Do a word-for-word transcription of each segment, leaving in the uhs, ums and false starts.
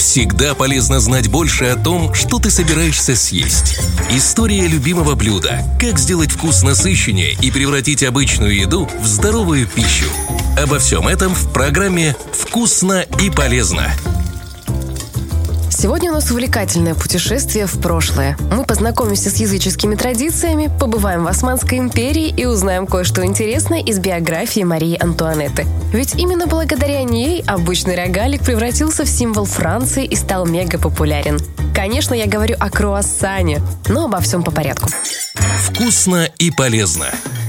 Всегда полезно знать больше о том, что ты собираешься съесть. История любимого блюда. Как сделать вкус насыщеннее и превратить обычную еду в здоровую пищу. Обо всем этом в программе «Вкусно и полезно». Сегодня у нас увлекательное путешествие в прошлое. Мы познакомимся с языческими традициями, побываем в Османской империи и узнаем кое-что интересное из биографии Марии Антуанетты. Ведь именно благодаря ней обычный рогалик превратился в символ Франции и стал мега популярен. Конечно, я говорю о круассане, но обо всем по порядку. Вкусно и полезно.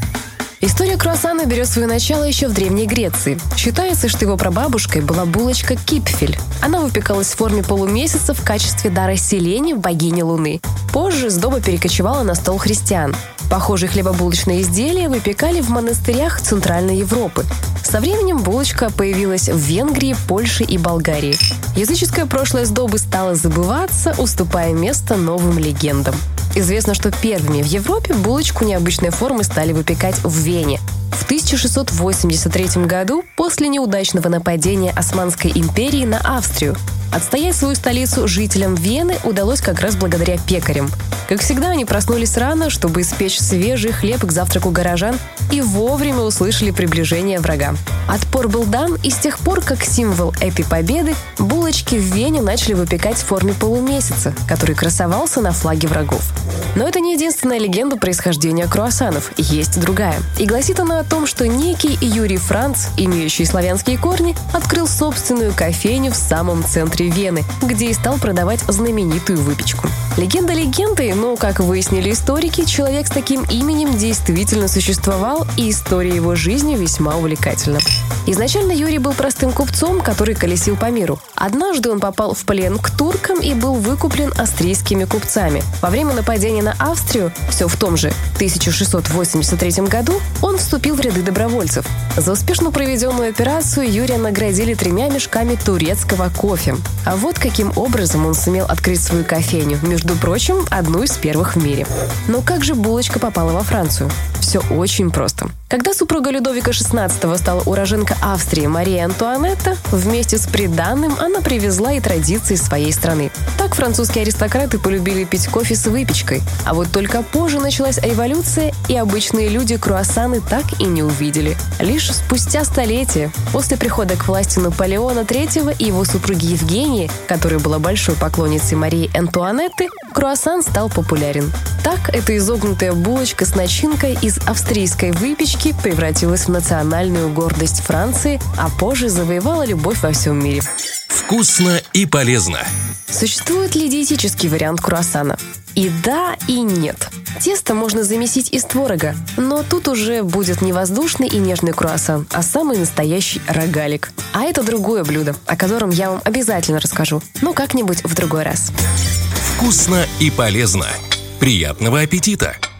История круассана берет свое начало еще в Древней Греции. Считается, что его прабабушкой была булочка кипфель. Она выпекалась в форме полумесяца в качестве дара Селене, богини Луны. Позже сдоба перекочевала на стол христиан. Похожие хлебобулочные изделия выпекали в монастырях Центральной Европы. Со временем булочка появилась в Венгрии, Польше и Болгарии. Языческое прошлое сдобы стало забываться, уступая место новым легендам. Известно, что первыми в Европе булочку необычной формы стали выпекать в Вене. В тысяча шестьсот восемьдесят третьем году, после неудачного нападения Османской империи на Австрию. Отстоять свою столицу жителям Вены удалось как раз благодаря пекарям. Как всегда, они проснулись рано, чтобы испечь свежий хлеб к завтраку горожан, и вовремя услышали приближение врага. Отпор был дан, и с тех пор, как символ этой победы, булочки в Вене начали выпекать в форме полумесяца, который красовался на флаге врагов. Но это не единственная легенда происхождения круассанов, есть другая. И гласит она о том, что некий Юрий Франц, имеющий славянские корни, открыл собственную кофейню в самом центре Вены, где и стал продавать знаменитую выпечку. Легенда легендой, но, как выяснили историки, человек с таким именем действительно существовал, и история его жизни весьма увлекательна. Изначально Юрий был простым купцом, который колесил по миру. Однажды он попал в плен к туркам и был выкуплен австрийскими купцами. Во время нападения на Австрию, все в том же тысяча шестьсот восемьдесят третьем году, он вступил в ряды добровольцев. За успешно проведенную операцию Юрия наградили тремя мешками турецкого кофе. А вот каким образом он сумел открыть свою кофейню, между прочим, одну из первых в мире. Но как же булочка попала во Францию? Все очень просто. Когда супруга Людовика шестнадцатого стала уроженка Австрии Мария Антуанетта, вместе с приданым она привезла и традиции своей страны. Так французские аристократы полюбили пить кофе с выпечкой. А вот только позже началась революция, и обычные люди круассаны так и не увидели. Лишь спустя столетия, после прихода к власти Наполеона третьего и его супруги Евгении, которая была большой поклонницей Марии Антуанетты, круассан стал популярен. Так эта изогнутая булочка с начинкой из австрийской выпечки превратилась в национальную гордость Франции, а позже завоевала любовь во всем мире. Вкусно и полезно. Существует ли диетический вариант круассана? И да, и нет. Тесто можно замесить из творога, но тут уже будет не воздушный и нежный круассан, а самый настоящий рогалик. А это другое блюдо, о котором я вам обязательно расскажу, но как-нибудь в другой раз. Вкусно и полезно. Приятного аппетита!